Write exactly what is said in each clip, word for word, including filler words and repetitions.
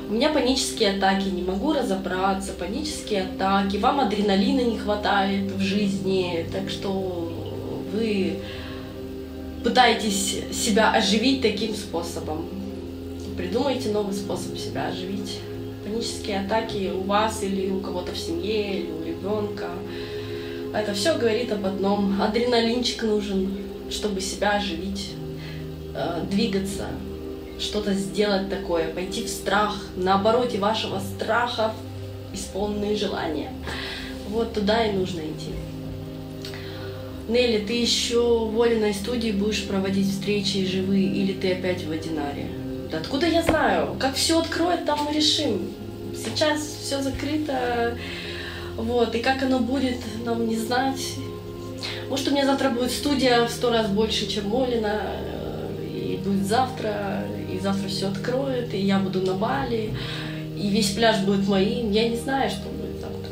У меня панические атаки, не могу разобраться, панические атаки, вам адреналина не хватает в жизни, так что вы пытаетесь себя оживить таким способом. Придумайте новый способ себя оживить. Панические атаки у вас или у кого-то в семье, или у ребенка. Это все говорит об одном. Адреналинчик нужен, чтобы себя оживить, двигаться, что-то сделать такое, пойти в страх, на обороте вашего страха исполненные желания. Вот туда и нужно идти. Нелли, ты еще в Олиной студии будешь проводить встречи живые или ты опять в Одинаре? Да откуда я знаю? Как все откроет, там мы решим. Сейчас все закрыто, вот, и как оно будет, нам не знать. Может, у меня завтра будет студия в сто раз больше, чем Олина, и будет завтра, и завтра все откроет, и я буду на Бали, и весь пляж будет моим. Я не знаю, что будет завтра.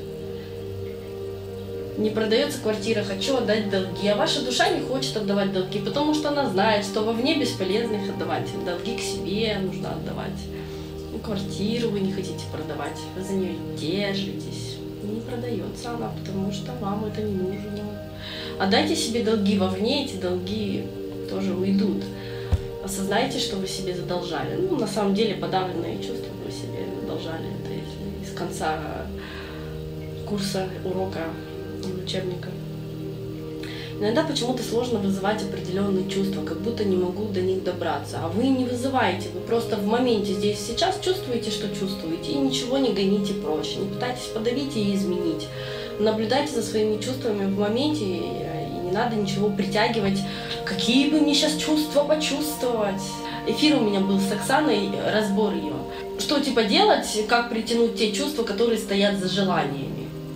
Не продается квартира, хочу отдать долги, а ваша душа не хочет отдавать долги, потому что она знает, что вовне бесполезно их отдавать. Долги к себе нужно отдавать. И квартиру вы не хотите продавать, вы за нее держитесь. Не продается она, потому что вам это не нужно. Отдайте себе долги вовне, эти долги тоже уйдут. Осознайте, что вы себе задолжали. Ну, на самом деле, подавленные чувства вы себе задолжали. Это если из конца курса, урока или учебника. Иногда почему-то сложно вызывать определенные чувства, как будто не могу до них добраться. А вы не вызываете, вы просто в моменте здесь сейчас чувствуете, что чувствуете, и ничего не гоните прочь. Не пытайтесь подавить и изменить. Наблюдайте за своими чувствами в моменте, и не надо ничего притягивать. Какие бы мне сейчас чувства почувствовать? Эфир у меня был с Оксаной, разбор ее. Что типа делать, как притянуть те чувства, которые стоят за желаниями.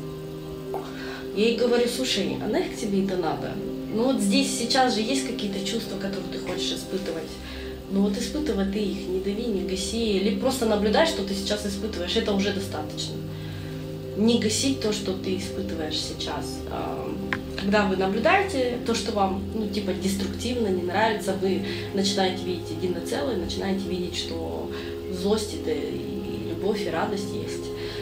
Я ей говорю, слушай, а нафиг тебе это надо? Ну вот здесь сейчас же есть какие-то чувства, которые ты хочешь испытывать. Ну вот испытывай ты их, не дави, не гаси. Или просто наблюдай, что ты сейчас испытываешь, это уже достаточно. Не гасить то, что ты испытываешь сейчас. Когда вы наблюдаете то, что вам, ну, типа, деструктивно, не нравится, вы начинаете видеть единое целое, начинаете видеть, что злость это и любовь, и радость есть.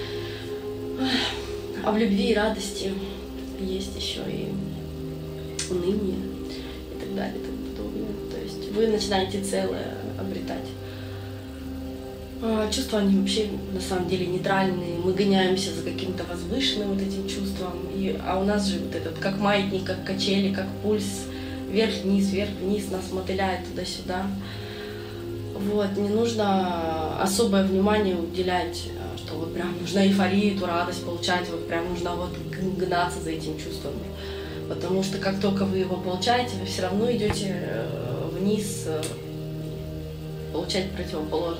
А в любви и радости есть еще и уныние и так далее и тому подобное. То есть вы начинаете целое обретать. Чувства, они вообще на самом деле нейтральные. Мы гоняемся за каким-то возвышенным вот этим чувством. И, а у нас же вот этот, как маятник, как качели, как пульс, вверх-вниз, вверх-вниз, нас мотыляет туда-сюда. Вот, не нужно особое внимание уделять, что вот прям нужно эйфорию, эту радость получать, вот прям нужно вот гнаться за этим чувством. Потому что как только вы его получаете, вы все равно идете вниз получать противоположное.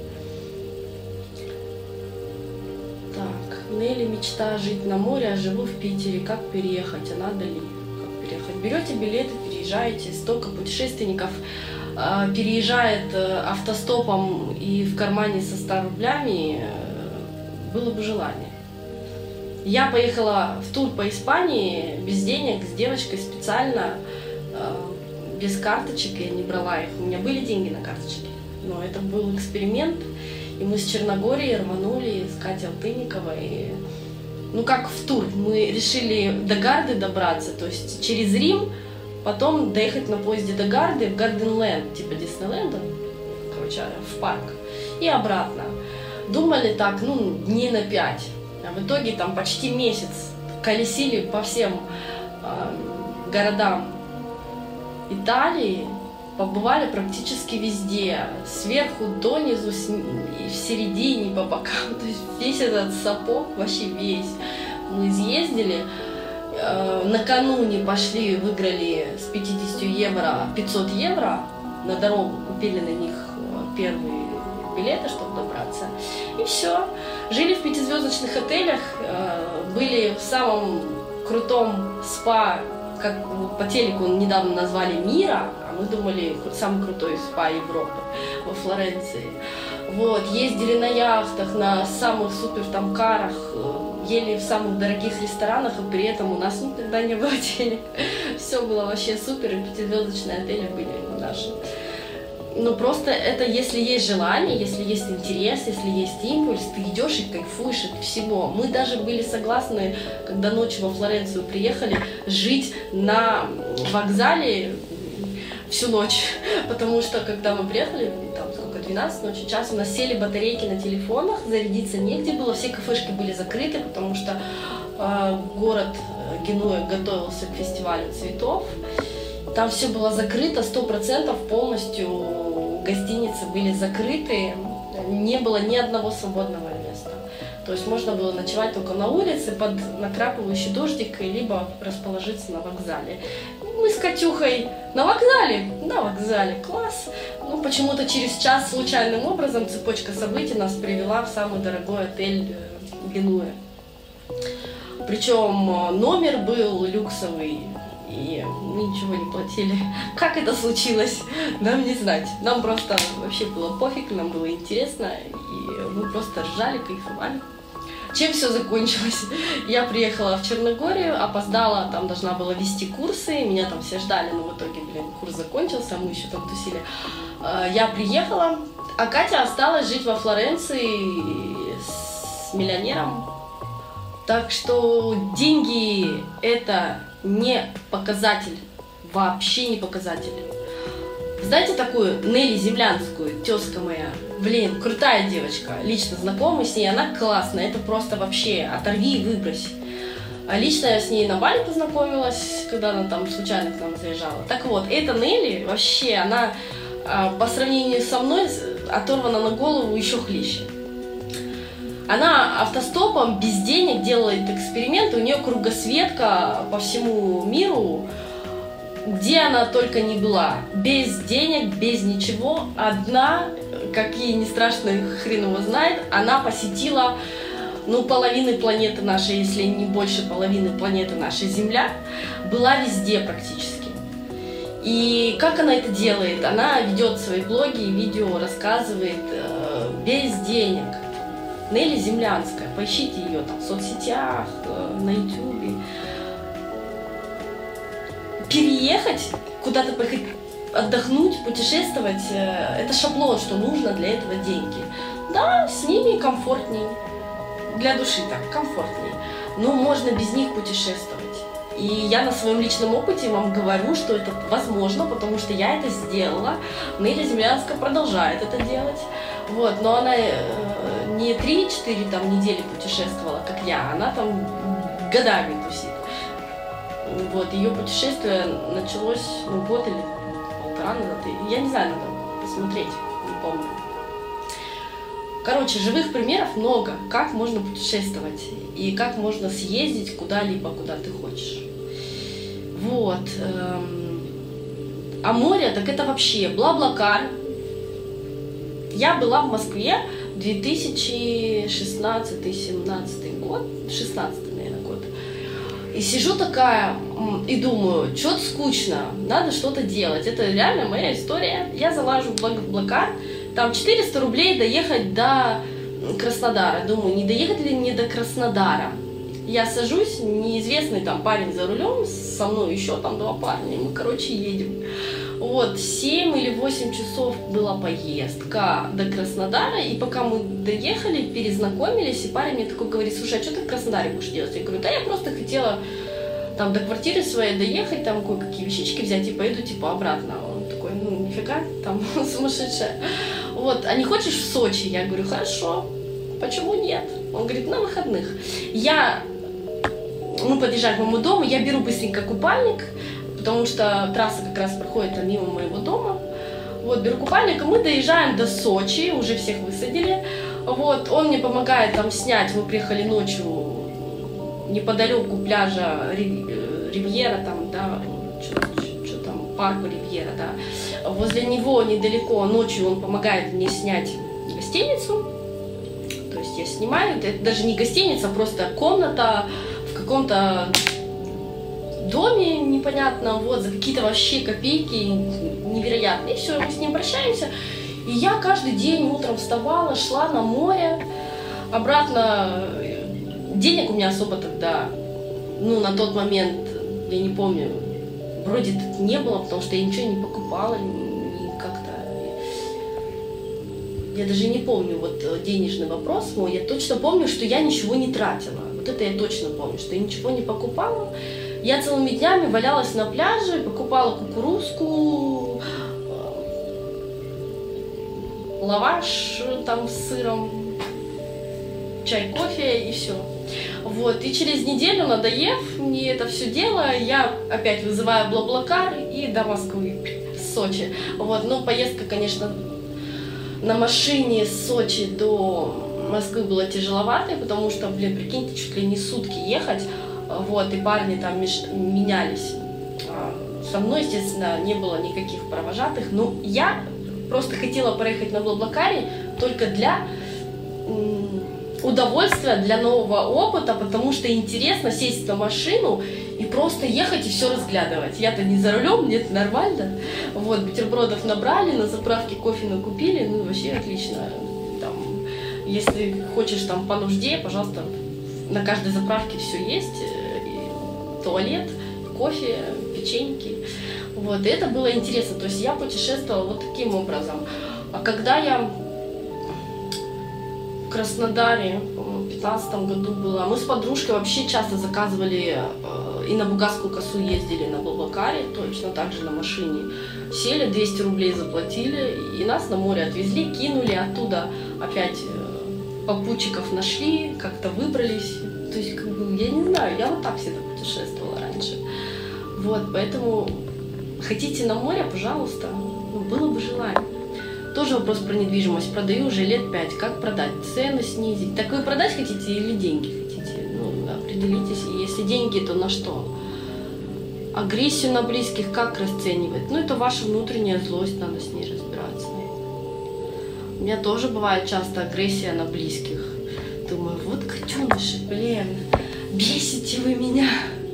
Так, Нелли, мечта жить на море, а живу в Питере. Как переехать? А надо ли? Как переехать? Берете билеты, переезжаете. Столько путешественников э, переезжает э, автостопом и в кармане со ста рублями. Э, было бы желание. Я поехала в тур по Испании без денег, с девочкой специально, э, без карточек, я не брала их. У меня были деньги на карточке, но это был эксперимент. И мы с Черногории рванули с Катей Алтынниковой. Ну как в тур, мы решили до Гарды добраться, то есть через Рим, потом доехать на поезде до Гарды в Гарденленд, типа Диснейленда, короче, в парк, и обратно. Думали так, ну, дней на пять, а в итоге там почти месяц колесили по всем э, городам Италии, побывали практически везде, сверху донизу, и в середине, по бокам, то есть весь этот сапог, вообще весь, мы съездили, э, накануне пошли, выиграли с пятидесятью евро пятьсот евро на дорогу, купили на них первые билеты, чтобы добраться, и все, жили в пятизвездочных отелях, э, были в самом крутом спа, как по телеку недавно назвали «Мира», а мы думали, самый крутой спа Европы во Флоренции. Вот, ездили на яхтах, на самых супер там карах, ели в самых дорогих ресторанах, и при этом у нас никогда не было денег. Все было вообще супер, и пятизвездочные отели были наши. Ну просто это если есть желание, если есть интерес, если есть импульс, ты идешь и кайфуешь от всего. Мы даже были согласны, когда ночью во Флоренцию приехали, жить на вокзале всю ночь. Потому что когда мы приехали, там сколько, двенадцать ночи, час, у нас сели батарейки на телефонах, зарядиться негде было, все кафешки были закрыты, потому что э, город Генуя готовился к фестивалю цветов. Там все было закрыто, сто процентов полностью гостиницы были закрыты, не было ни одного свободного места. То есть можно было ночевать только на улице под накрапывающий дождик, либо расположиться на вокзале. Мы с Катюхой на вокзале, на вокзале, класс. Ну, почему-то через час случайным образом цепочка событий нас привела в самый дорогой отель Генуя. Причем номер был люксовый, и мы ничего не платили. Как это случилось, нам не знать. Нам просто вообще было пофиг, нам было интересно, и мы просто ржали, кайфовали. Чем все закончилось? Я приехала в Черногорию, опоздала, там должна была вести курсы, меня там все ждали, но в итоге, блин, курс закончился, мы еще там тусили. Я приехала, а Катя осталась жить во Флоренции с миллионером. Так что деньги – это не показатель, вообще не показатель. Знаете такую Нелли Землянскую, тезка моя? Блин, крутая девочка, лично знакомы с ней, она классная, это просто вообще оторви и выбрось. А лично я с ней на Бали познакомилась, когда она там случайно к нам заезжала. Так вот, эта Нелли вообще, она по сравнению со мной оторвана на голову еще хлеще. Она автостопом без денег делает эксперименты, у нее кругосветка по всему миру, где она только не была. Без денег, без ничего, одна, как ей не страшно, хрен его знает, она посетила ну, половины планеты нашей, если не больше половины планеты нашей Земля, была везде практически. И как она это делает? Она ведет свои блоги и видео, рассказывает э, без денег. Нелли Землянская, поищите ее там в соцсетях, на ютубе. Переехать, куда-то поехать, отдохнуть, путешествовать, это шаблон, что нужно для этого деньги. Да, с ними комфортней, для души так, комфортней, но можно без них путешествовать. И я на своем личном опыте вам говорю, что это возможно, потому что я это сделала. Нелли Землянская продолжает это делать. Вот, но она э, не три-четыре там недели путешествовала, как я, она там годами тусит. Вот, ее путешествие началось ну, год или полтора назад. Я не знаю, надо посмотреть, не помню. Короче, живых примеров много, как можно путешествовать и как можно съездить куда-либо, куда ты хочешь. Вот. А море, так это вообще Бла-Бла-Кар. Я была в Москве две тысячи шестнадцатый-семнадцатый год, шестнадцатый, наверное, год. И сижу такая и думаю, что-то скучно, надо что-то делать. Это реально моя история. Я залажу в Бла-Бла-Кар, там четыреста рублей доехать до Краснодара. Думаю, не доехать ли мне до Краснодара? Я сажусь, неизвестный там парень за рулем, со мной еще там два парня, мы, короче, едем. Вот, семь или восемь часов была поездка до Краснодара, и пока мы доехали, перезнакомились, и парень мне такой говорит, слушай, а что ты в Краснодаре будешь делать? Я говорю, да я просто хотела там до квартиры своей доехать, там кое-какие вещички взять и поеду типа обратно. Он такой, ну нифига, там сумасшедшая. Вот, а не хочешь в Сочи? Я говорю, хорошо, почему нет? Он говорит, на выходных. Я, мы подъезжаем к моему дому, я беру быстренько купальник, потому что трасса как раз проходит мимо моего дома. Вот, беру купальник, и мы доезжаем до Сочи, уже всех высадили. Вот, он мне помогает там снять, мы приехали ночью неподалеку пляжа Ривьера, там, да, что там, парку Ривьера, да. Возле него недалеко ночью он помогает мне снять гостиницу. То есть я снимаю, это даже не гостиница, а просто комната в каком-то доме непонятно, вот, за какие-то вообще копейки невероятные. И все, мы с ним прощаемся. И я каждый день утром вставала, шла на море, обратно. Денег у меня особо тогда, ну, на тот момент, я не помню, вроде не было, потому что я ничего не покупала, ни как-то. я даже не помню вот денежный вопрос мой, я точно помню, что я ничего не тратила. Вот это я точно помню, что я ничего не покупала. Я целыми днями валялась на пляже, покупала кукурузку, лаваш там с сыром, чай, кофе и все. Вот. И через неделю, надоев мне это все дело, я опять вызываю Блаблакар и до Москвы, с Сочи. Вот. Ну, поездка, конечно, на машине с Сочи до Москвы была тяжеловатой, потому что, блин, прикиньте, чуть ли не сутки ехать. Вот. И парни там менялись. Со мной, естественно, не было никаких провожатых. Но я просто хотела проехать на Блаблакаре только для удовольствия, для нового опыта, потому что интересно сесть на машину и просто ехать и все разглядывать. Я-то не за рулем, мне это нормально. Вот, бутербродов набрали, на заправке кофе накупили, ну вообще отлично. Там, если хочешь там по нужде, пожалуйста, на каждой заправке все есть. И туалет, кофе, печеньки. Вот, и это было интересно. То есть я путешествовала вот таким образом. А когда я в Краснодаре в пятнадцатом году была, мы с подружкой вообще часто заказывали и на Бугасскую косу ездили на Блаблакаре, точно так же на машине. Сели, двести рублей заплатили, и нас на море отвезли, кинули, оттуда опять попутчиков нашли, как-то выбрались. То есть, как бы, я не знаю, я вот так всегда путешествовала раньше. Вот, поэтому хотите на море, пожалуйста, ну, было бы желание. Тоже вопрос про недвижимость. Продаю уже лет пять. Как продать? Цены снизить. Так вы продать хотите или деньги хотите? Ну, определитесь. И если деньги, то на что? Агрессию на близких как расценивать? Ну, это ваша внутренняя злость, надо с ней разбираться. У меня тоже бывает часто агрессия на близких. Думаю, вот котеныши, блин, бесите вы меня.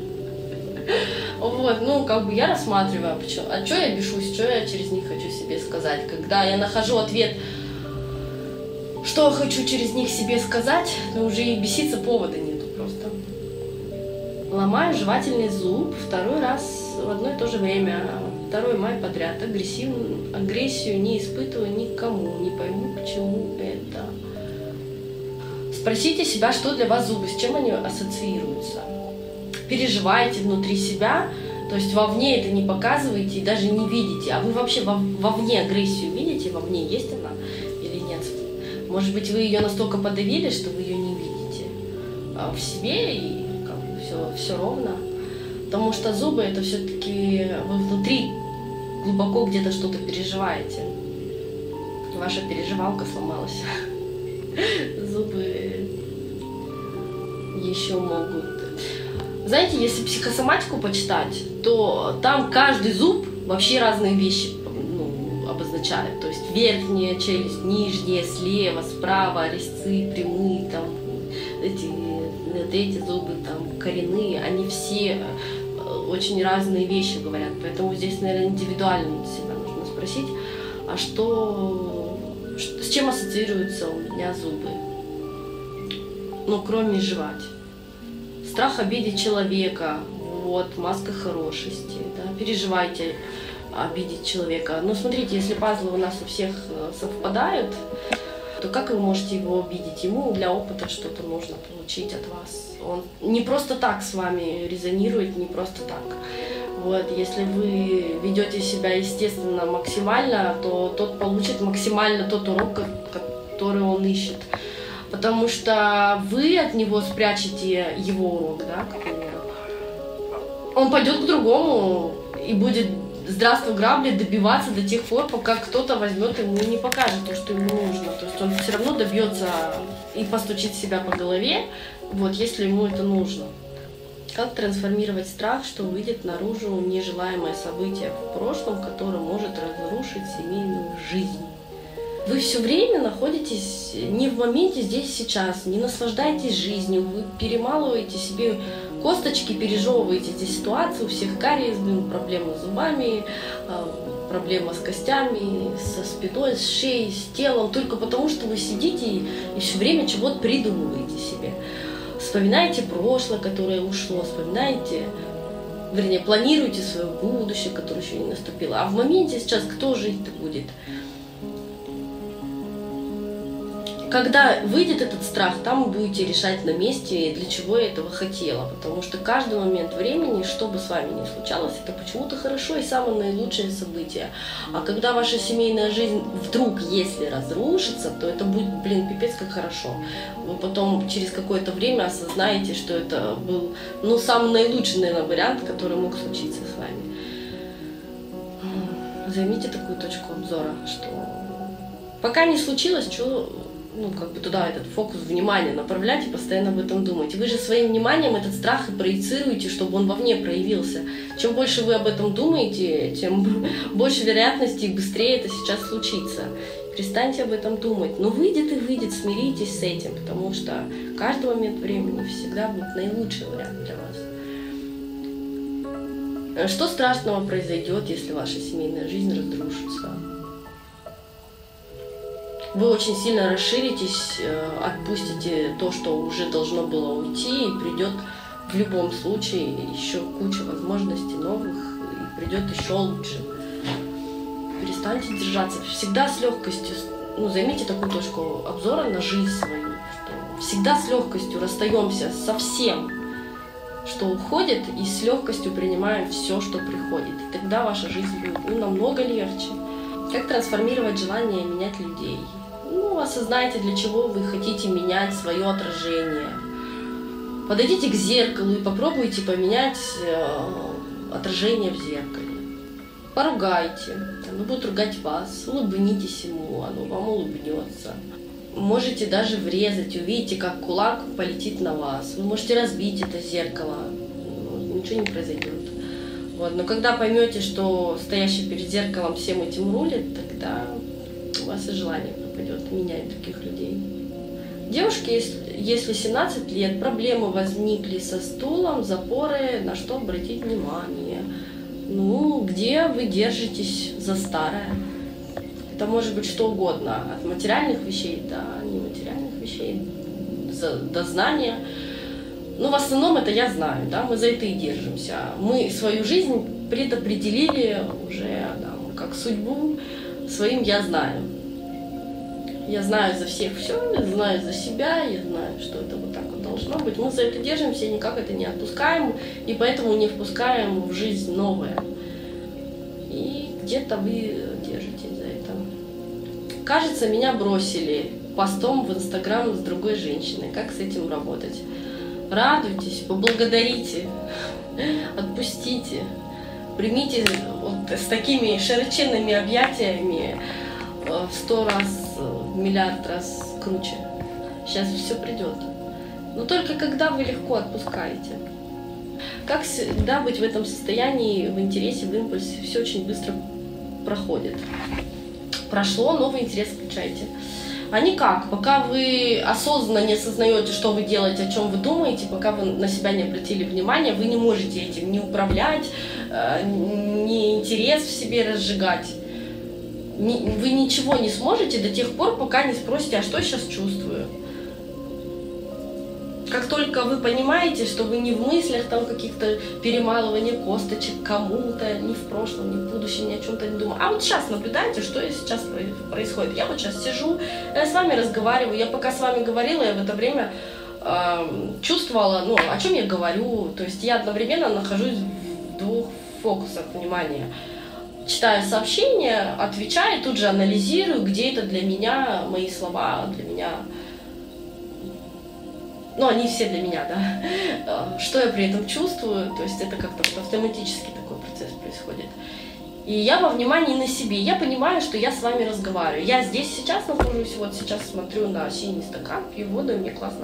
Вот, ну, как бы я рассматриваю, почему, а что я бешусь, что я через них хочу себе сказать. Когда я нахожу ответ, что я хочу через них себе сказать, то уже и беситься повода нету просто. Ломаю жевательный зуб второй раз в одно и то же время, второй май подряд. Агрессивную агрессию не испытываю никому, не пойму, почему это. Спросите себя, что для вас зубы, с чем они ассоциируются. Переживаете внутри себя, то есть вовне это не показываете и даже не видите, а вы вообще вовне агрессию видите, вовне есть она или нет? Может быть, вы ее настолько подавили, что вы ее не видите а в себе и как бы все, все ровно, потому что зубы это все-таки вы внутри глубоко где-то что-то переживаете, ваша переживалка сломалась, зубы еще могут. Знаете, если психосоматику почитать, то там каждый зуб вообще разные вещи ну, обозначает. То есть верхняя челюсть, нижняя, слева, справа, резцы, прямые, там, эти, эти зубы, там, коренные, они все очень разные вещи говорят. Поэтому здесь, наверное, индивидуально себя нужно спросить, а что, с чем ассоциируются у меня зубы? Ну, кроме жевать. Страх обидеть человека, вот, маска хорошести, да, переживайте обидеть человека. Но смотрите, если пазлы у нас у всех совпадают, то как вы можете его обидеть? Ему для опыта что-то нужно получить от вас. Он не просто так с вами резонирует, не просто так. Вот, если вы ведете себя естественно максимально, то тот получит максимально тот урок, который он ищет. Потому что вы от него спрячете его урок, да, к примеру. Он пойдет к другому и будет здравствуй грабли добиваться до тех пор, пока кто-то возьмет ему и не покажет то, что ему нужно. То есть он все равно добьется и постучит себя по голове, вот, если ему это нужно. Как трансформировать страх, что выйдет наружу нежелаемое событие в прошлом, которое может разрушить семейную жизнь? Вы все время находитесь не в моменте здесь сейчас, не наслаждаетесь жизнью, вы перемалываете себе косточки, пережевываете эти ситуации, у всех кариес, проблемы с зубами, проблема с костями, со спиной, с шеей, с телом, только потому что вы сидите и все время чего-то придумываете себе. Вспоминаете прошлое, которое ушло, вспоминаете, вернее, планируете свое будущее, которое еще не наступило. А в моменте сейчас кто жить-то будет? Когда выйдет этот страх, там вы будете решать на месте, для чего я этого хотела. Потому что каждый момент времени, что бы с вами ни случалось, это почему-то хорошо и самое наилучшее событие. А когда ваша семейная жизнь вдруг, если разрушится, то это будет, блин, пипец как хорошо. Вы потом через какое-то время осознаете, что это был, ну, самый наилучший, наверное, вариант, который мог случиться с вами. Займите такую точку обзора, что пока не случилось, что... ну, как бы туда этот фокус внимания направлять и постоянно об этом думать. Вы же своим вниманием этот страх и проецируете, чтобы он вовне проявился. Чем больше вы об этом думаете, тем больше вероятности и быстрее это сейчас случится. Перестаньте об этом думать. Но выйдет и выйдет, смиритесь с этим, потому что каждый момент времени всегда будет наилучший вариант для вас. Что страшного произойдет, если ваша семейная жизнь разрушится? Вы очень сильно расширитесь, отпустите то, что уже должно было уйти, и придет в любом случае еще куча возможностей новых, и придет еще лучше. Перестаньте держаться. Всегда с легкостью, ну, займите такую точку обзора на жизнь свою, что всегда с легкостью расстаемся со всем, что уходит, и с легкостью принимаем все, что приходит. И тогда ваша жизнь будет, ну, намного легче. Как трансформировать желание менять людей? Ну, осознайте, для чего вы хотите менять свое отражение. Подойдите к зеркалу и попробуйте поменять э, отражение в зеркале. Поругайте, оно будет ругать вас, улыбнитесь ему, оно вам улыбнется. Можете даже врезать, увидите, как кулак полетит на вас. Вы можете разбить это зеркало, ничего не произойдет. Вот. Но когда поймете, что стоящий перед зеркалом всем этим рулит, тогда у вас и желание пропадет менять других людей. Девушки, если, если семнадцать лет, проблемы возникли со стулом, запоры, на что обратить внимание? Ну, где вы держитесь за старое? Это может быть что угодно, от материальных вещей до нематериальных вещей, до знания. Но в основном это я знаю, да, мы за это и держимся. Мы свою жизнь предопределили уже, да, как судьбу своим я знаю. Я знаю за всех все, я знаю за себя, я знаю, что это вот так вот должно быть. Мы за это держимся, никак это не отпускаем, и поэтому не впускаем в жизнь новое. И где-то вы держитесь за это. Кажется, меня бросили постом в Инстаграм с другой женщиной. Как с этим работать? Радуйтесь, поблагодарите, отпустите, примите вот с такими широченными объятиями в сто раз, в миллиард раз круче. Сейчас все придет. Но только когда вы легко отпускаете. Как всегда быть в этом состоянии, в интересе, в импульсе, все очень быстро проходит. Прошло, новый интерес включайте. А никак, пока вы осознанно не осознаете, что вы делаете, о чем вы думаете, пока вы на себя не обратили внимания, вы не можете этим ни управлять, ни интерес в себе разжигать. Вы ничего не сможете до тех пор, пока не спросите, а что я сейчас чувствую. Как только вы понимаете, что вы не в мыслях там каких-то перемалывания косточек кому-то, ни в прошлом, ни в будущем, ни о чем-то не думаю. А вот сейчас наблюдайте, что сейчас происходит. Я вот сейчас сижу, я с вами разговариваю. Я пока с вами говорила, я в это время э, чувствовала, ну, о чем я говорю. То есть я одновременно нахожусь в двух фокусах внимания. Читаю сообщения, отвечаю, тут же анализирую, где это для меня, мои слова для меня. Ну, они все для меня, да. Что я при этом чувствую, то есть это как-то вот автоматически такой процесс происходит. И я во внимании на себе, я понимаю, что я с вами разговариваю. Я здесь сейчас нахожусь, вот сейчас смотрю на синий стакан, пью воду, и мне классно.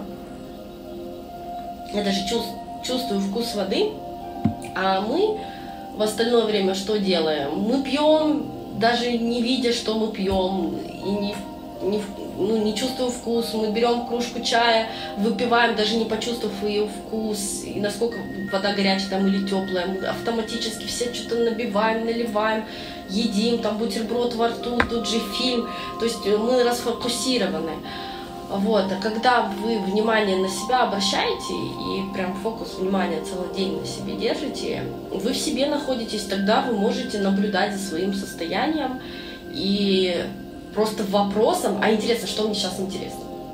Я даже чувствую вкус воды, а мы в остальное время что делаем? Мы пьем, даже не видя, что мы пьем, и не, не, ну, не чувствуя вкус. Мы берем кружку чая, выпиваем, даже не почувствовав ее вкус, и насколько вода горячая там или теплая. Мы автоматически все что-то набиваем, наливаем, едим, там бутерброд во рту, тут же фильм. То есть мы расфокусированы. Вот, а когда вы внимание на себя обращаете и прям фокус внимания целый день на себе держите, вы в себе находитесь, тогда вы можете наблюдать за своим состоянием и просто вопросом, а интересно, что мне сейчас интересно?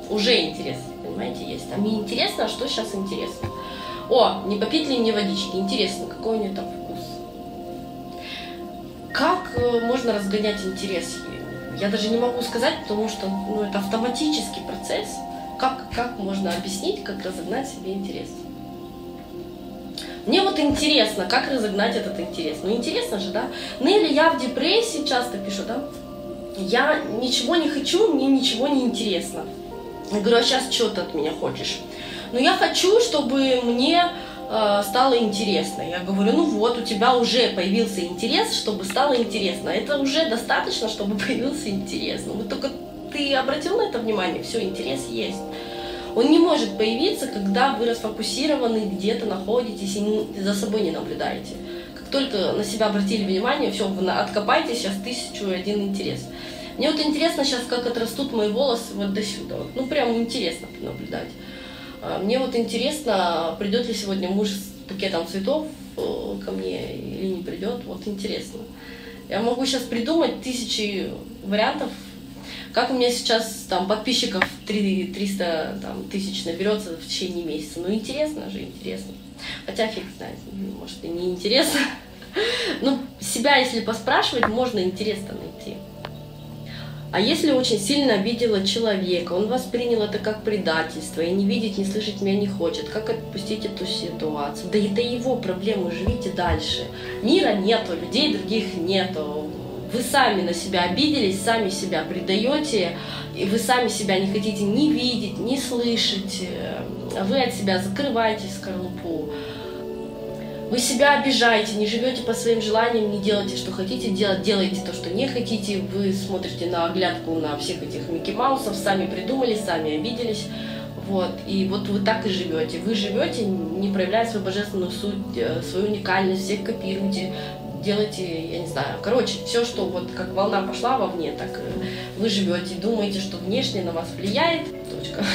уже интерес, понимаете, есть. А мне интересно, а что сейчас интересно. О, не попить ли мне водички? Интересно, какой у нее там вкус. Как можно разгонять интерес? Я даже не могу сказать, потому что ну, это автоматический процесс. Как, как можно объяснить, как разогнать себе интерес? Мне вот интересно, как разогнать этот интерес. Ну интересно же, да? Нелли, я в депрессии, часто пишу, да? Я ничего не хочу, мне ничего не интересно. Я говорю, а сейчас что ты от меня хочешь? Ну я хочу, чтобы мне э, стало интересно. Я говорю, ну вот, у тебя уже появился интерес, чтобы стало интересно. Это уже достаточно, чтобы появился интерес. Ну вот только ты обратил на это внимание, все, интерес есть. Он не может появиться, когда вы расфокусированы, где-то находитесь и за собой не наблюдаете. Как только на себя обратили внимание, все, вы откопаете сейчас тысячу и один интерес. Мне вот интересно сейчас, как отрастут мои волосы вот до сюда. Вот. Ну, прям интересно наблюдать. Мне вот интересно, придет ли сегодня муж с букетом цветов ко мне или не придет. Вот интересно. Я могу сейчас придумать тысячи вариантов, как у меня сейчас там подписчиков триста там, тысяч наберется в течение месяца. Ну, интересно же, интересно. Хотя фиг знает, может и не интересно. Ну, себя, если поспрашивать, можно интересно найти. А если очень сильно обидела человека, он воспринял это как предательство, и не видеть, не слышать меня не хочет, как отпустить эту ситуацию? Да это его проблемы, живите дальше. Мира нету, людей других нету. Вы сами на себя обиделись, сами себя предаете, и вы сами себя не хотите ни видеть, ни слышать. Вы от себя закрываете скорлупу. Вы себя обижаете, не живете по своим желаниям, не делаете, что хотите делать, делаете то, что не хотите. Вы смотрите на оглядку на всех этих Микки Маусов, сами придумали, сами обиделись. Вот. И вот вы так и живете. Вы живете, не проявляя свою божественную суть, свою уникальность, всех копируете, делаете, я не знаю, короче, все, что вот как волна пошла вовне, так вы живете, думаете, что внешне на вас влияет. Точка.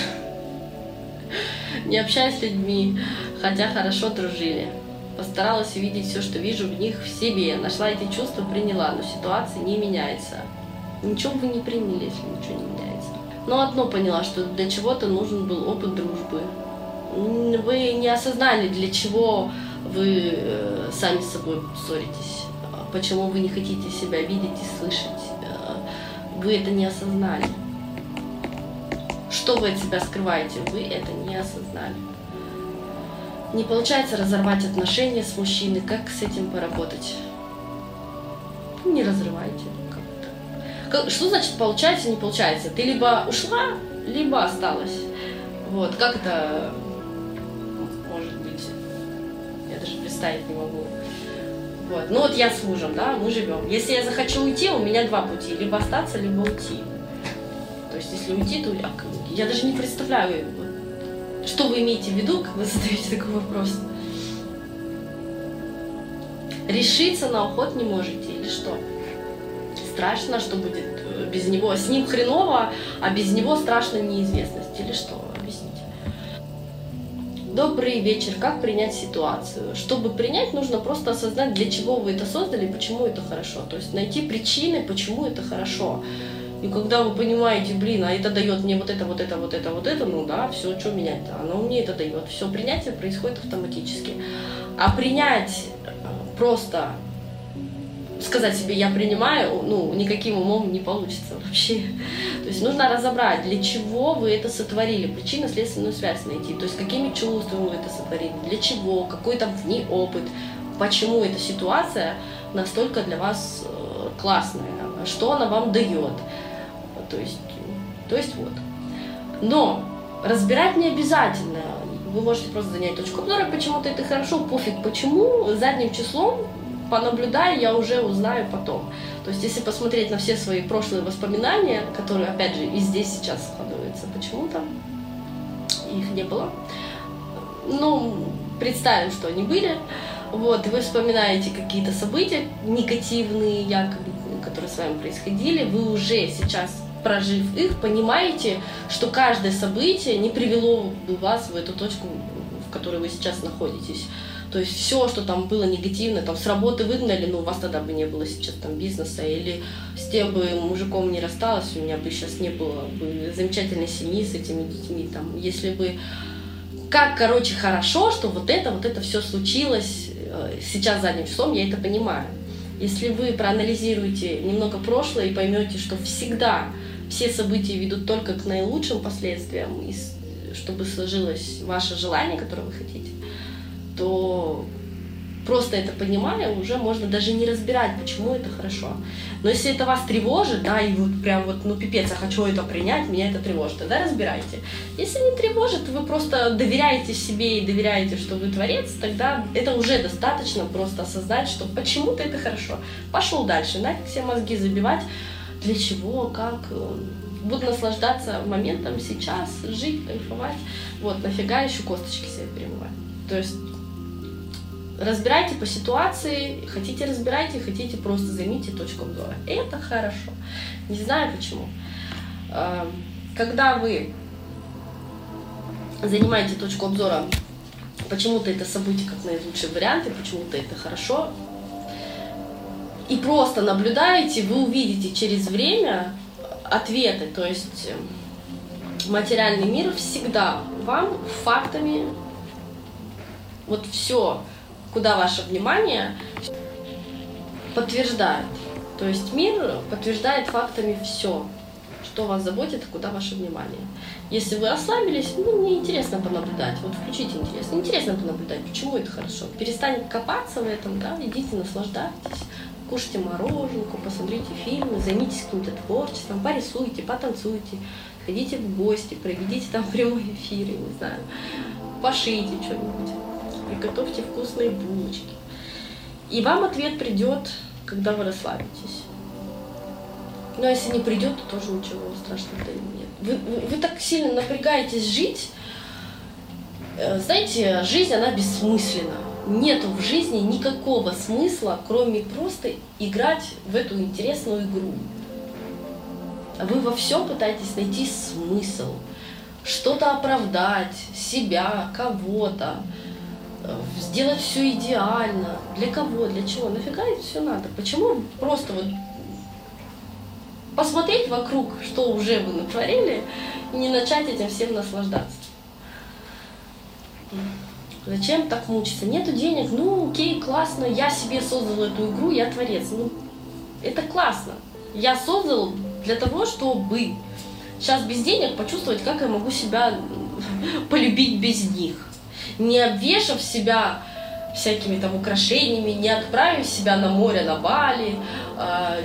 Не общаюсь с людьми, хотя хорошо дружили. Постаралась увидеть все, что вижу в них, в себе. Нашла эти чувства, приняла, но ситуация не меняется. Ничего вы не приняли, если ничего не меняется. Но одно поняла, что для чего-то нужен был опыт дружбы. Вы не осознали, для чего вы сами с собой ссоритесь. Почему вы не хотите себя видеть и слышать. Вы это не осознали. Что вы от себя скрываете, вы это не осознали. Не получается разорвать отношения с мужчиной. Как с этим поработать? Не разрывайте. Как, что значит получается, не получается? Ты либо ушла, либо осталась. Вот, как это может быть? Я даже представить не могу. Вот. Ну вот я с мужем, да, мы живем. Если я захочу уйти, у меня два пути. Либо остаться, либо уйти. То есть если уйти, то я даже не представляю, что вы имеете в виду, когда задаете такой вопрос? Решиться на уход не можете или что? Страшно, что будет без него? С ним хреново, а без него страшно неизвестность или что? Объясните. Добрый вечер. Как принять ситуацию? Чтобы принять, нужно просто осознать, для чего вы это создали, почему это хорошо. То есть найти причины, почему это хорошо. И когда вы понимаете, блин, а это дает мне вот это, вот это, вот это, вот это, ну да, все, что менять-то, оно мне это дает. Все, принятие происходит автоматически. А принять просто, сказать себе, я принимаю, ну, никаким умом не получится вообще. То есть нужно разобрать, для чего вы это сотворили, причинно-следственную связь найти, то есть какими чувствами вы это сотворили, для чего, какой там в ней опыт, почему эта ситуация настолько для вас классная, что она вам дает. То есть, то есть вот. Но разбирать не обязательно. Вы можете просто занять точку обзора, почему-то это хорошо, пофиг почему, задним числом, понаблюдая, я уже узнаю потом. То есть, если посмотреть на все свои прошлые воспоминания, которые, опять же, и здесь сейчас складываются, почему-то их не было. Ну, представим, что они были. Вот, и вы вспоминаете какие-то события негативные, якобы, которые с вами происходили, вы уже сейчас, прожив их, понимаете, что каждое событие не привело бы вас в эту точку, в которой вы сейчас находитесь. То есть все, что там было негативно, там с работы выгнали, ну у вас тогда бы не было сейчас там бизнеса, или с тем бы мужиком не рассталась, у меня бы сейчас не было бы замечательной семьи с этими детьми, там, если бы... Как, короче, хорошо, что вот это, вот это все случилось сейчас задним числом, я это понимаю. Если вы проанализируете немного прошлое и поймете, что всегда все события ведут только к наилучшим последствиям, и чтобы сложилось ваше желание, которое вы хотите, то просто это понимая, уже можно даже не разбирать, почему это хорошо. Но если это вас тревожит, да, и вот прям вот, ну пипец, я хочу это принять, меня это тревожит, тогда разбирайте. Если не тревожит, вы просто доверяете себе и доверяете, что вы творец, тогда это уже достаточно просто осознать, что почему-то это хорошо. Пошел дальше, нафиг все мозги забивать, для чего, как, буду наслаждаться моментом сейчас, жить, кайфовать, вот, нафига еще косточки себе перемывать. То есть разбирайте по ситуации, хотите разбирайте, хотите просто займите точку обзора. Это хорошо. Не знаю почему. Когда вы занимаете точку обзора, почему-то это событие как наилучший вариант, и почему-то это хорошо, и просто наблюдаете, вы увидите через время ответы. То есть материальный мир всегда вам фактами, вот все, куда ваше внимание, подтверждает. То есть мир подтверждает фактами все, что вас заботит, куда ваше внимание. Если вы расслабились, ну, мне интересно понаблюдать. Вот включите интерес. Интересно понаблюдать, почему это хорошо. Перестаньте копаться в этом, да, идите, наслаждайтесь, кушайте мороженку, посмотрите фильмы, займитесь каким-то творчеством, порисуйте, потанцуйте, ходите в гости, проведите там прямой эфир, я не знаю, пошейте что-нибудь. Приготовьте вкусные булочки. И вам ответ придет, когда вы расслабитесь. Но если не придет, то тоже ничего страшного нет. Вы, вы, вы так сильно напрягаетесь жить. Знаете, жизнь, она бессмысленна. Нету в жизни никакого смысла, кроме просто играть в эту интересную игру. Вы во всем пытаетесь найти смысл. Что-то оправдать, себя, кого-то. Сделать все идеально. Для кого, для чего? Нафига это все надо? Почему просто вот посмотреть вокруг, что уже вы натворили, и не начать этим всем наслаждаться? Зачем так мучиться? Нету денег, ну окей, классно, я себе создал эту игру, я творец. Ну, это классно. Я создал для того, чтобы сейчас без денег почувствовать, как я могу себя полюбить без них. Не обвешав себя всякими там украшениями, не отправив себя на море, на Бали, э,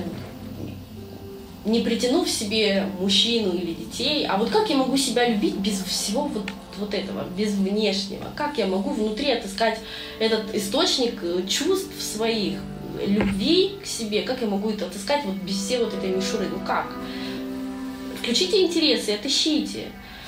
не притянув себе мужчину или детей. А вот как я могу себя любить без всего вот, вот этого, без внешнего? Как я могу внутри отыскать этот источник чувств своих, любви к себе? Как я могу это отыскать вот без всей вот этой мишуры? Ну как? Включите интересы, отыщите.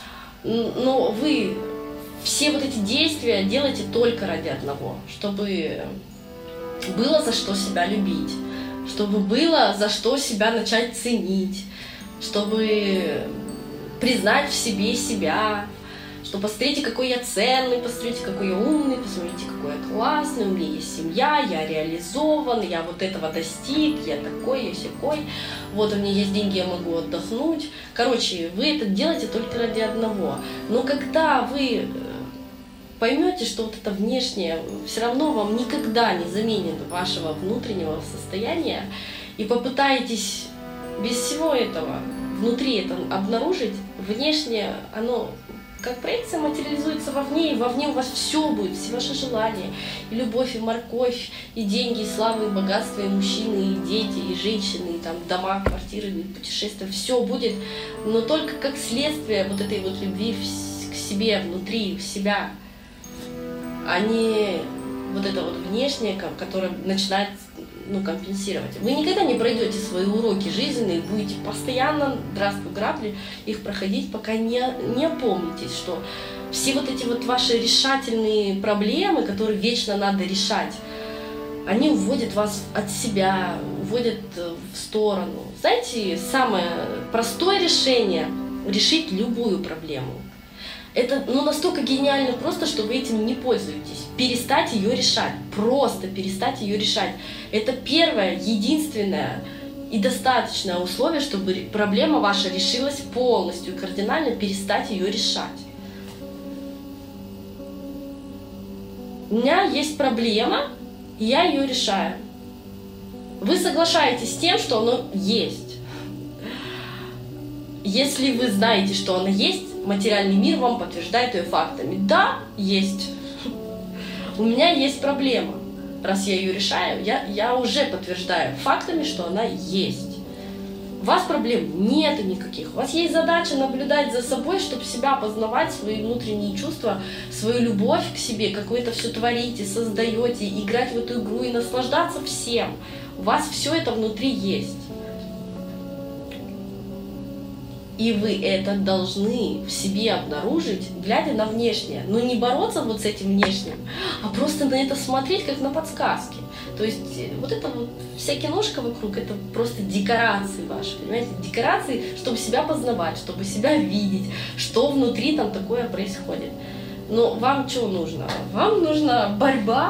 Но вы все вот эти действия делайте только ради одного, чтобы было за что себя любить, чтобы было за что себя начать ценить, чтобы признать в себе себя, что посмотрите, какой я ценный, посмотрите, какой я умный, посмотрите, какой я классный, у меня есть семья, я реализован, я вот этого достиг, я такой, я сякой, вот у меня есть деньги, я могу отдохнуть. Короче, вы это делаете только ради одного. Но когда вы поймете, что вот это внешнее все равно вам никогда не заменит вашего внутреннего состояния, и попытаетесь без всего этого внутри это обнаружить, внешнее оно как проекция материализуется вовне, и вовне у вас все будет, все ваши желания, и любовь, и морковь, и деньги, и слава, и богатство, и мужчины, и дети, и женщины, и там дома, квартиры, и путешествия, все будет, но только как следствие вот этой вот любви к себе, внутри, в себя, а не вот это вот внешнее, которое начинает, ну, компенсировать. Вы никогда не пройдете свои уроки жизненные, будете постоянно, здравствуй, грабли, их проходить, пока не, не опомнитесь, что все вот эти вот ваши решательные проблемы, которые вечно надо решать, они уводят вас от себя, уводят в сторону. Знаете, самое простое решение — решить любую проблему. Это ну, настолько гениально просто, что вы этим не пользуетесь. Перестать ее решать. Просто перестать ее решать. Это первое, единственное и достаточное условие, чтобы проблема ваша решилась полностью и кардинально перестать ее решать. У меня есть проблема, и я ее решаю. Вы соглашаетесь с тем, что оно есть. Если вы знаете, что оно есть, материальный мир вам подтверждает ее фактами. Да, есть. У меня есть проблема. Раз я ее решаю, я, я уже подтверждаю фактами, что она есть. У вас проблем нет никаких. У вас есть задача наблюдать за собой, чтобы себя познавать, свои внутренние чувства, свою любовь к себе, как вы это все творите, создаете, играть в эту игру и наслаждаться всем. У вас все это внутри есть. И вы это должны в себе обнаружить, глядя на внешнее. Но не бороться вот с этим внешним, а просто на это смотреть, как на подсказки. То есть вот это вот, вся киношка вокруг, это просто декорации ваши, понимаете? Декорации, чтобы себя познавать, чтобы себя видеть, что внутри там такое происходит. Но вам что нужно? Вам нужна борьба?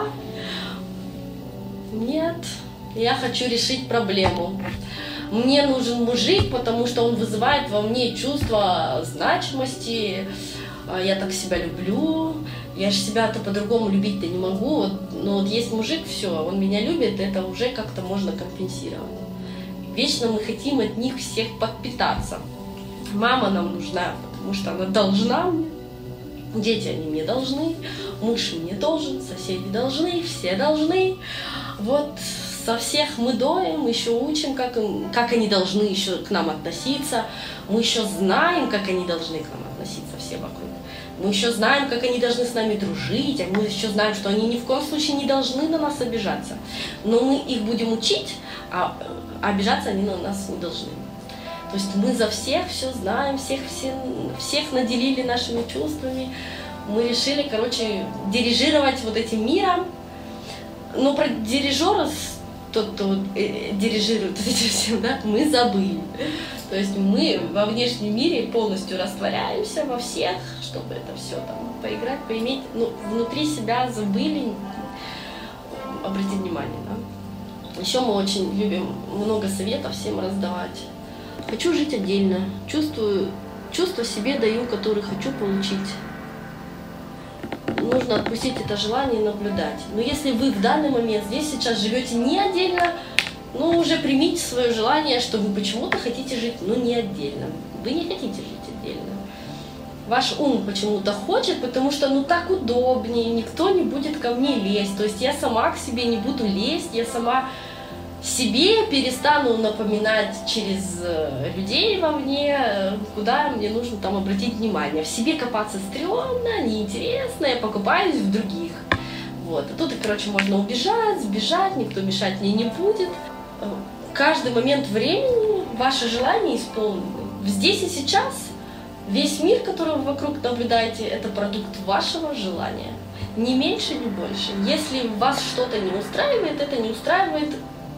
Нет, я хочу решить проблему. Мне нужен мужик, потому что он вызывает во мне чувство значимости, я так себя люблю, я же себя-то по-другому любить-то не могу, вот, но вот есть мужик, все, он меня любит, это уже как-то можно компенсировать. Вечно мы хотим от них всех подпитаться. Мама нам нужна, потому что она должна мне, дети они мне должны, муж мне должен, соседи должны, все должны, вот. Со всех мы доем, еще учим, как, им, как они должны еще к нам относиться. Мы еще знаем, как они должны к нам относиться, все вокруг. Мы еще знаем, как они должны с нами дружить, а мы еще знаем, что они ни в коем случае не должны на нас обижаться. Но мы их будем учить, а обижаться они на нас не должны. То есть мы за всех все знаем, всех, все, всех наделили нашими чувствами. Мы решили, короче, дирижировать вот этим миром. Но про дирижера... тот, кто э, дирижирует этим всем, да, мы забыли. То есть мы во внешнем мире полностью растворяемся во всех, чтобы это все там поиграть, поиметь, ну, внутри себя забыли обратить внимание, да. Еще мы очень любим много советов всем раздавать. Хочу жить отдельно, чувствую, чувства себе даю, которые хочу получить. Нужно отпустить это желание и наблюдать. Но если вы в данный момент здесь сейчас живете не отдельно, ну уже примите свое желание, что вы почему-то хотите жить, но не отдельно. Вы не хотите жить отдельно. Ваш ум почему-то хочет, потому что ну так удобнее, никто не будет ко мне лезть. То есть я сама к себе не буду лезть, я сама себе перестану напоминать через людей вовне, куда мне нужно там обратить внимание. В себе копаться стрёмно, неинтересно, я покупаюсь в других. Вот. А тут, короче, можно убежать, сбежать, никто мешать мне не будет. В каждый момент времени ваши желания исполнены. Здесь и сейчас весь мир, который вы вокруг наблюдаете, это продукт вашего желания. Ни меньше, ни больше. Если вас что-то не устраивает, это не устраивает.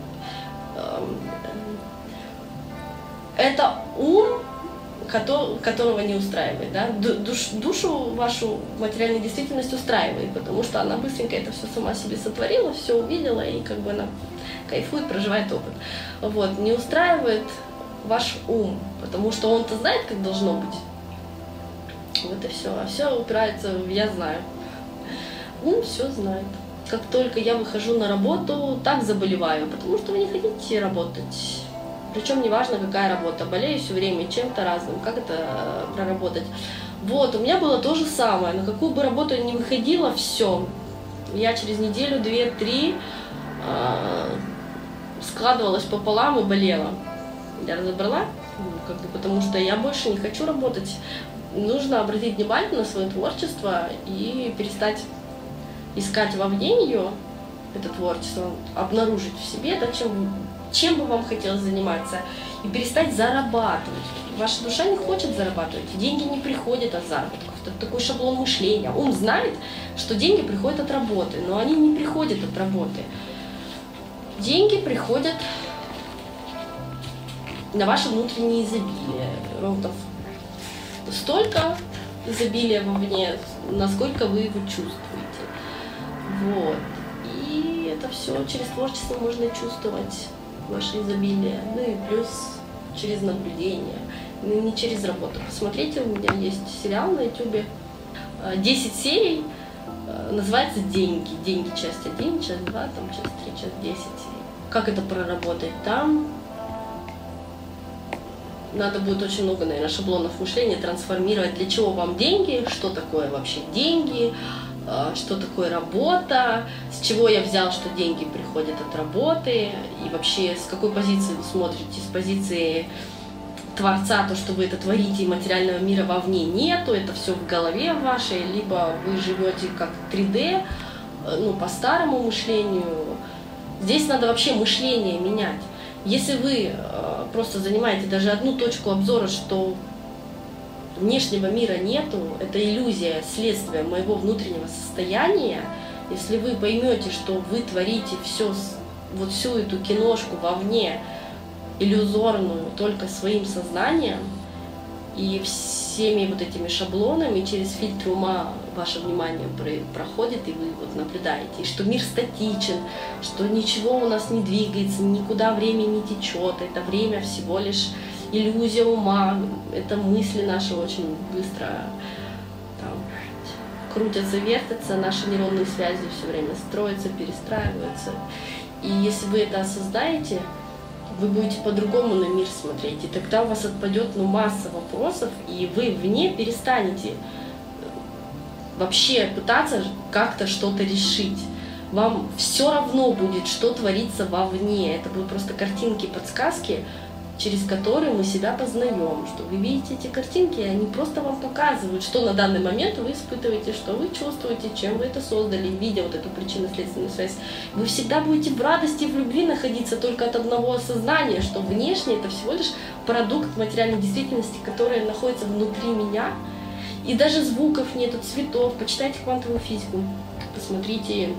Это ум, которого не устраивает, да? Душ, душу вашу материальная действительность устраивает, потому что она быстренько это все сама себе сотворила, все увидела и как бы она кайфует, проживает опыт. Вот, не устраивает ваш ум, потому что он-то знает, как должно быть. Вот и все. А все упирается в «я знаю». Ум все знает. Как только я выхожу на работу, так заболеваю, потому что вы не хотите работать. Причем неважно, какая работа, болею все время чем-то разным, как это проработать. Вот, у меня было то же самое, на какую бы работу я ни выходила, все. Я через неделю, две, три э, складывалась пополам и болела. Я разобрала, как бы, потому что я больше не хочу работать. Нужно обратить внимание на свое творчество и перестать искать вовне ее, это творчество, обнаружить в себе, да, чем, чем бы вам хотелось заниматься, и перестать зарабатывать. Ваша душа не хочет зарабатывать, деньги не приходят от заработков, это такой шаблон мышления. Ум знает, что деньги приходят от работы, но они не приходят от работы. Деньги приходят на ваше внутреннее изобилие. Ровно столько, изобилия вовне, насколько вы его чувствуете. Вот. И это все через творчество можно чувствовать, ваше изобилие. Ну и плюс через наблюдение, ну, не через работу. Посмотрите, у меня есть сериал на ютубе, десять серий, называется «Деньги». «Деньги» часть один, часть два, там часть три, часть десять. Как это проработать там? Надо будет очень много, наверное, шаблонов мышления трансформировать. Для чего вам деньги? Что такое вообще деньги? Что такое работа? С чего я взял, что деньги приходят от работы? И вообще, с какой позиции вы смотрите? С позиции Творца, то, что вы это творите, и материального мира вовне нету, это все в голове вашей, либо вы живете как три дэ, ну, по старому мышлению. Здесь надо вообще мышление менять. Если вы э, просто занимаете даже одну точку обзора, что внешнего мира нету, это иллюзия, следствие моего внутреннего состояния, если вы поймете, что вы творите все, вот всю эту киношку вовне, иллюзорную, только своим сознанием и всеми вот этими шаблонами через фильтр ума ваше внимание проходит, и вы вот наблюдаете, и что мир статичен, что ничего у нас не двигается, никуда время не течет, это время всего лишь иллюзия ума, это мысли наши очень быстро там крутятся, вертятся, наши нейронные связи все время строятся, перестраиваются. И если вы это осознаете, вы будете по-другому на мир смотреть, и тогда у вас отпадет ну, масса вопросов, и вы вне перестанете вообще пытаться как-то что-то решить. Вам все равно будет, что творится вовне. Это будут просто картинки, подсказки, через которые мы себя познаем. Что вы видите эти картинки, и они просто вам показывают, что на данный момент вы испытываете, что вы чувствуете, чем вы это создали, видя вот эту причинно-следственную связь. Вы всегда будете в радости и в любви находиться только от одного осознания, что внешне это всего лишь продукт материальной действительности, которая находится внутри меня. И даже звуков нету, цветов. Почитайте квантовую физику, посмотрите,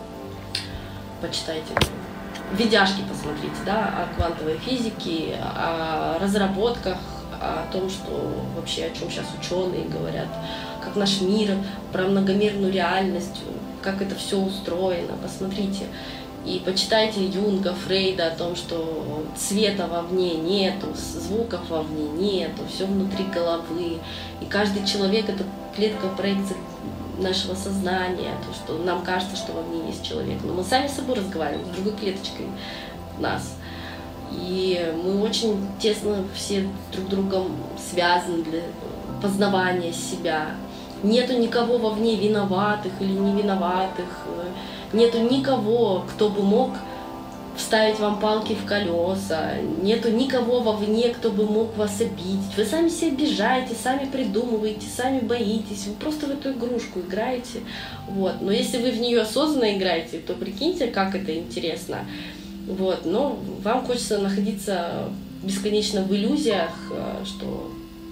почитайте. Видяшки посмотрите, да, о квантовой физике, о разработках, о том, что вообще, о чем сейчас ученые говорят, как наш мир, про многомерную реальность, как это все устроено, посмотрите. И почитайте Юнга, Фрейда о том, что цвета вовне нету, звуков вовне нету, все внутри головы. И каждый человек — это клетка проекции нашего сознания, то, что нам кажется, что во мне есть человек. Но мы сами с собой разговариваем, с другой клеточкой нас. И мы очень тесно все друг с другом связаны для познавания себя. Нету никого вовне виноватых или не виноватых. Нету никого, кто бы мог вставить вам палки в колеса, нету никого вовне, кто бы мог вас обидеть. Вы сами себя обижаете, сами придумываете, сами боитесь, вы просто в эту игрушку играете. Вот. Но если вы в нее осознанно играете, то прикиньте, как это интересно. Вот. Но вам хочется находиться бесконечно в иллюзиях, что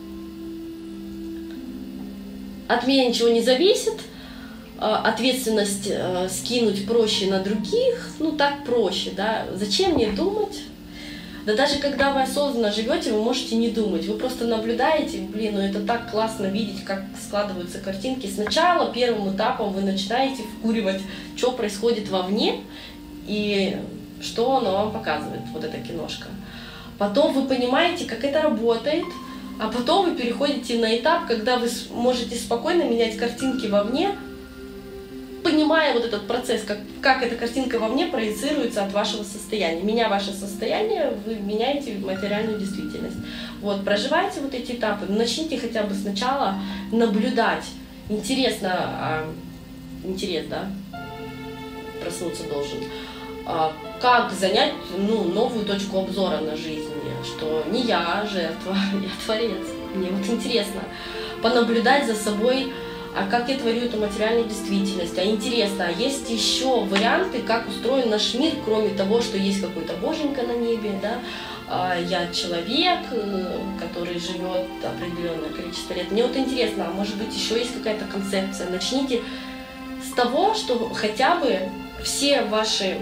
от меня ничего не зависит, ответственность э, скинуть проще на других, ну так проще, да, зачем мне думать? Да даже когда вы осознанно живете, вы можете не думать, вы просто наблюдаете, блин, ну это так классно видеть, как складываются картинки. Сначала первым этапом вы начинаете вкуривать, что происходит вовне и что оно вам показывает, вот эта киношка. Потом вы понимаете, как это работает, а потом вы переходите на этап, когда вы можете спокойно менять картинки вовне, понимая вот этот процесс, как, как эта картинка вовне проецируется от вашего состояния. Меняя ваше состояние, вы меняете материальную действительность. Вот, проживайте вот эти этапы, начните хотя бы сначала наблюдать. Интересно, а, интерес, да, проснуться должен. А, как занять ну, новую точку обзора на жизнь, что не я жертва, я творец. Мне вот интересно понаблюдать за собой, а как я творю эту материальную действительность, а интересно, а есть еще варианты, как устроен наш мир, кроме того, что есть какой-то боженька на небе, да, а я человек, который живет определенное количество лет. Мне вот интересно, а может быть еще есть какая-то концепция. Начните с того, что хотя бы все ваши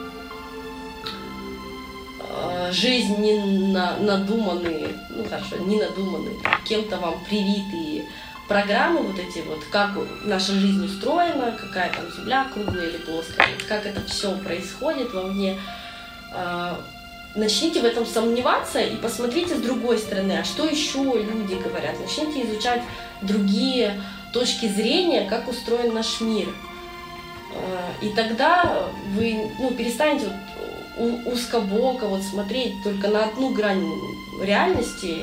жизнь не на, надуманные, ну хорошо, не надуманные, кем-то вам привитые программы вот эти вот, как наша жизнь устроена, какая там земля круглая или плоская, как это все происходит вовне. Начните в этом сомневаться и посмотрите с другой стороны, а что еще люди говорят. Начните изучать другие точки зрения, как устроен наш мир. И тогда вы ну, перестанете вот узкобоко вот смотреть только на одну грань реальности.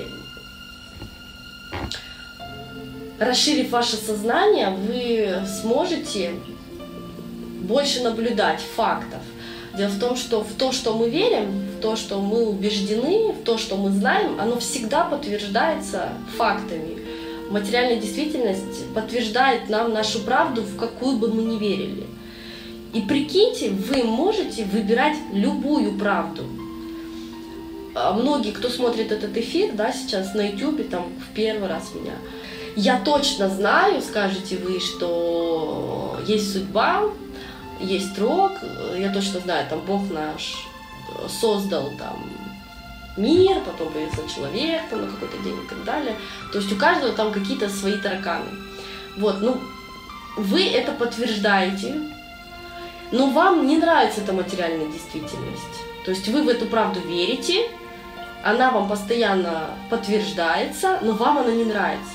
Расширив ваше сознание, вы сможете больше наблюдать фактов. Дело в том, что в то, что мы верим, в то, что мы убеждены, в то, что мы знаем, оно всегда подтверждается фактами. Материальная действительность подтверждает нам нашу правду, в какую бы мы ни верили. И прикиньте, вы можете выбирать любую правду. Многие, кто смотрит этот эфир, да, сейчас на ютубе, там, в первый раз меня, я точно знаю, скажете вы, что есть судьба, есть рок, я точно знаю, там Бог наш создал там мир, потом появился человек там на какой-то день и так далее. То есть у каждого там какие-то свои тараканы. Вот, ну, вы это подтверждаете, но вам не нравится эта материальная действительность. То есть вы в эту правду верите, она вам постоянно подтверждается, но вам она не нравится.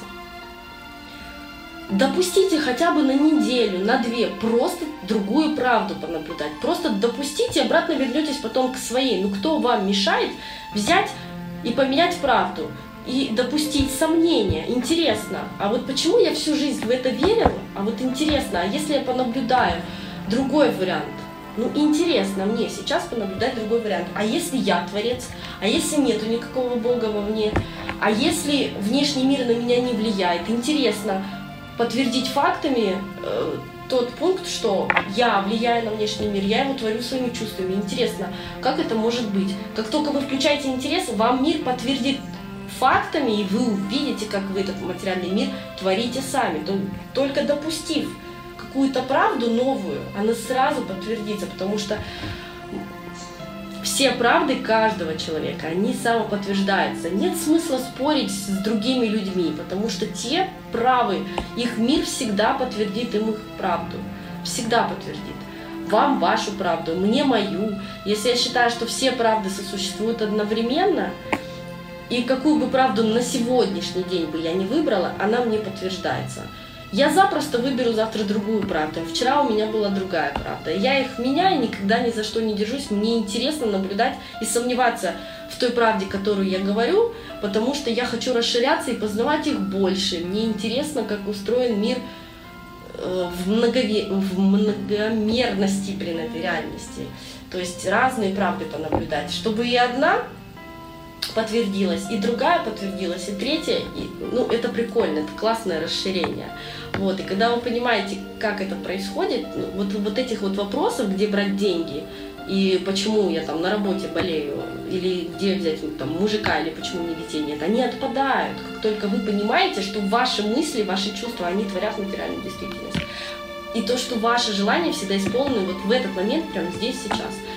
Допустите хотя бы на неделю, на две, просто другую правду понаблюдать. Просто допустите, обратно вернетесь потом к своей. Ну кто вам мешает взять и поменять правду? И допустить сомнения. Интересно, а вот почему я всю жизнь в это верила? А вот интересно, а если я понаблюдаю другой вариант? Ну интересно мне сейчас понаблюдать другой вариант. А если я творец? А если нету никакого Бога вовне? А если внешний мир на меня не влияет? Интересно подтвердить фактами э, тот пункт, что я влияю на внешний мир, я его творю своими чувствами. Интересно, как это может быть? Как только вы включаете интерес, вам мир подтвердит фактами, и вы увидите, как вы этот материальный мир творите сами. Только допустив какую-то правду новую, она сразу подтвердится, потому что все правды каждого человека, они самоподтверждаются. Нет смысла спорить с другими людьми, потому что те правы, их мир всегда подтвердит им их правду. Всегда подтвердит. Вам вашу правду, мне мою. Если я считаю, что все правды сосуществуют одновременно, и какую бы правду на сегодняшний день бы я не выбрала, она мне подтверждается. Я запросто выберу завтра другую правду. Вчера у меня была другая правда. Я их меняю, никогда ни за что не держусь. Мне интересно наблюдать и сомневаться в той правде, которую я говорю, потому что я хочу расширяться и познавать их больше. Мне интересно, как устроен мир в, многове... в многомерности, блин, этой реальности. То есть разные правды понаблюдать, чтобы и одна подтвердилась, и другая подтвердилась, и третья, и, ну, это прикольно, это классное расширение. Вот, и когда вы понимаете, как это происходит, ну, вот, вот этих вот вопросов, где брать деньги, и почему я там на работе болею, или где взять ну, там, мужика, или почему мне детей нет, они отпадают, как только вы понимаете, что ваши мысли, ваши чувства, они творят материальную действительность. И то, что ваши желания всегда исполнены вот в этот момент, прямо здесь, сейчас.